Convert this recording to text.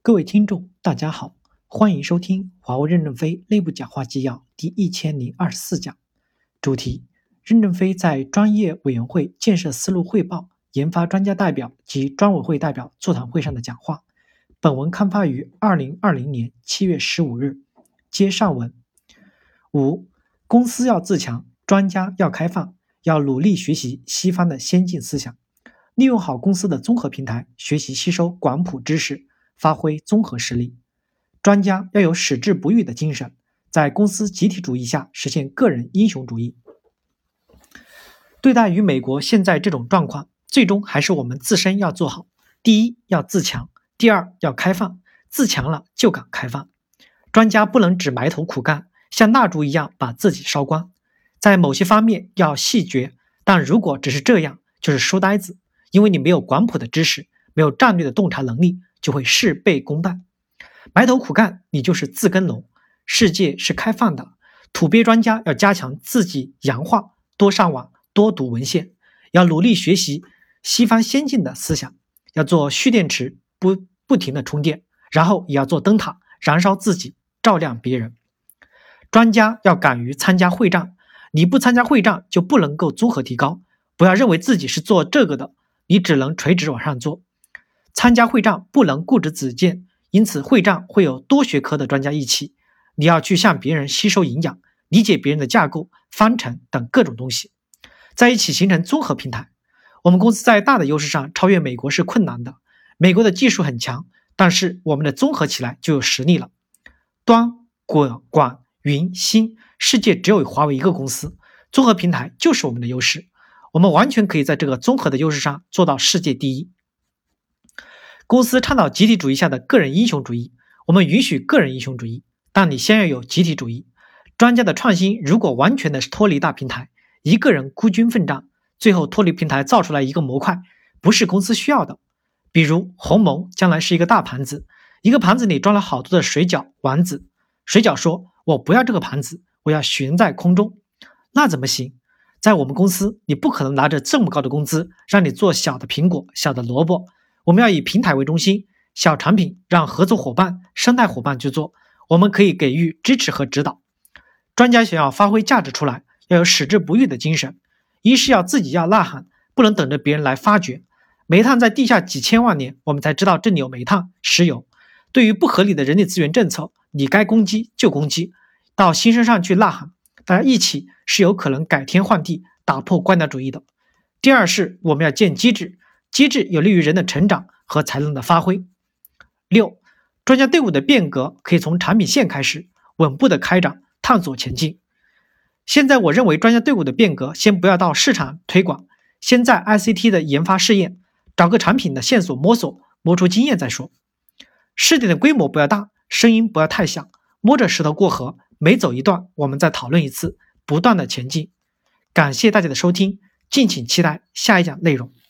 各位听众，大家好，欢迎收听华为任正非内部讲话纪要第1024讲，主题：任正非在专业委员会建设思路汇报研发专家代表及专委会代表座谈会上的讲话。本文刊发于2020年7月15日。接上文。5. 公司要自强，专家要开放，要努力学习西方的先进思想，利用好公司的综合平台，学习吸收广谱知识，发挥综合实力。专家要有矢志不渝的精神，在公司集体主义下实现个人英雄主义。对待于美国现在这种状况，最终还是我们自身要做好。第一，要自强；第二，要开放。自强了就敢开放。专家不能只埋头苦干，像蜡烛一样把自己烧光。在某些方面要细嚼，但如果只是这样，就是书呆子，因为你没有广谱的知识，没有战略的洞察能力，就会事倍功半。埋头苦干，你就是自耕农。世界是开放的，土鳖专家要加强自己洋化，多上网，多读文献，要努力学习西方先进的思想，要做蓄电池，不停的充电，然后也要做灯塔，燃烧自己，照亮别人。专家要敢于参加会战，你不参加会战就不能够综合提高，不要认为自己是做这个的，你只能垂直往上做。参加会战不能固执己见，因此会战会有多学科的专家一起，你要去向别人吸收营养，理解别人的架构、方程等各种东西，在一起形成综合平台。我们公司在大的优势上超越美国是困难的，美国的技术很强，但是我们的综合起来就有实力了。端、广、云、新，世界只有华为一个公司，综合平台就是我们的优势，我们完全可以在这个综合的优势上做到世界第一。公司倡导集体主义下的个人英雄主义，我们允许个人英雄主义，但你先要有集体主义。专家的创新如果完全的脱离大平台，一个人孤军奋战，最后脱离平台造出来一个模块，不是公司需要的。比如鸿蒙将来是一个大盘子，一个盘子里装了好多的水饺、丸子，水饺说我不要这个盘子，我要悬在空中，那怎么行？在我们公司，你不可能拿着这么高的工资让你做小的苹果、小的萝卜，我们要以平台为中心，小产品让合作伙伴、生态伙伴去做，我们可以给予支持和指导。专家想要发挥价值出来，要有矢志不渝的精神，一是要自己要呐喊，不能等着别人来发掘。煤炭在地下几千万年，我们才知道这里有煤炭、石油。对于不合理的人力资源政策，你该攻击就攻击，到新生上去呐喊，大家一起是有可能改天换地，打破官僚主义的。第二是我们要建机制，机制有利于人的成长和才能的发挥。6. 专家队伍的变革可以从产品线开始，稳步的开展，探索前进。现在我认为专家队伍的变革先不要到市场推广，先在 ICT 的研发试验，找个产品的线索摸出经验再说。试点的规模不要大，声音不要太响，摸着石头过河，每走一段我们再讨论一次，不断的前进。感谢大家的收听，敬请期待下一讲内容。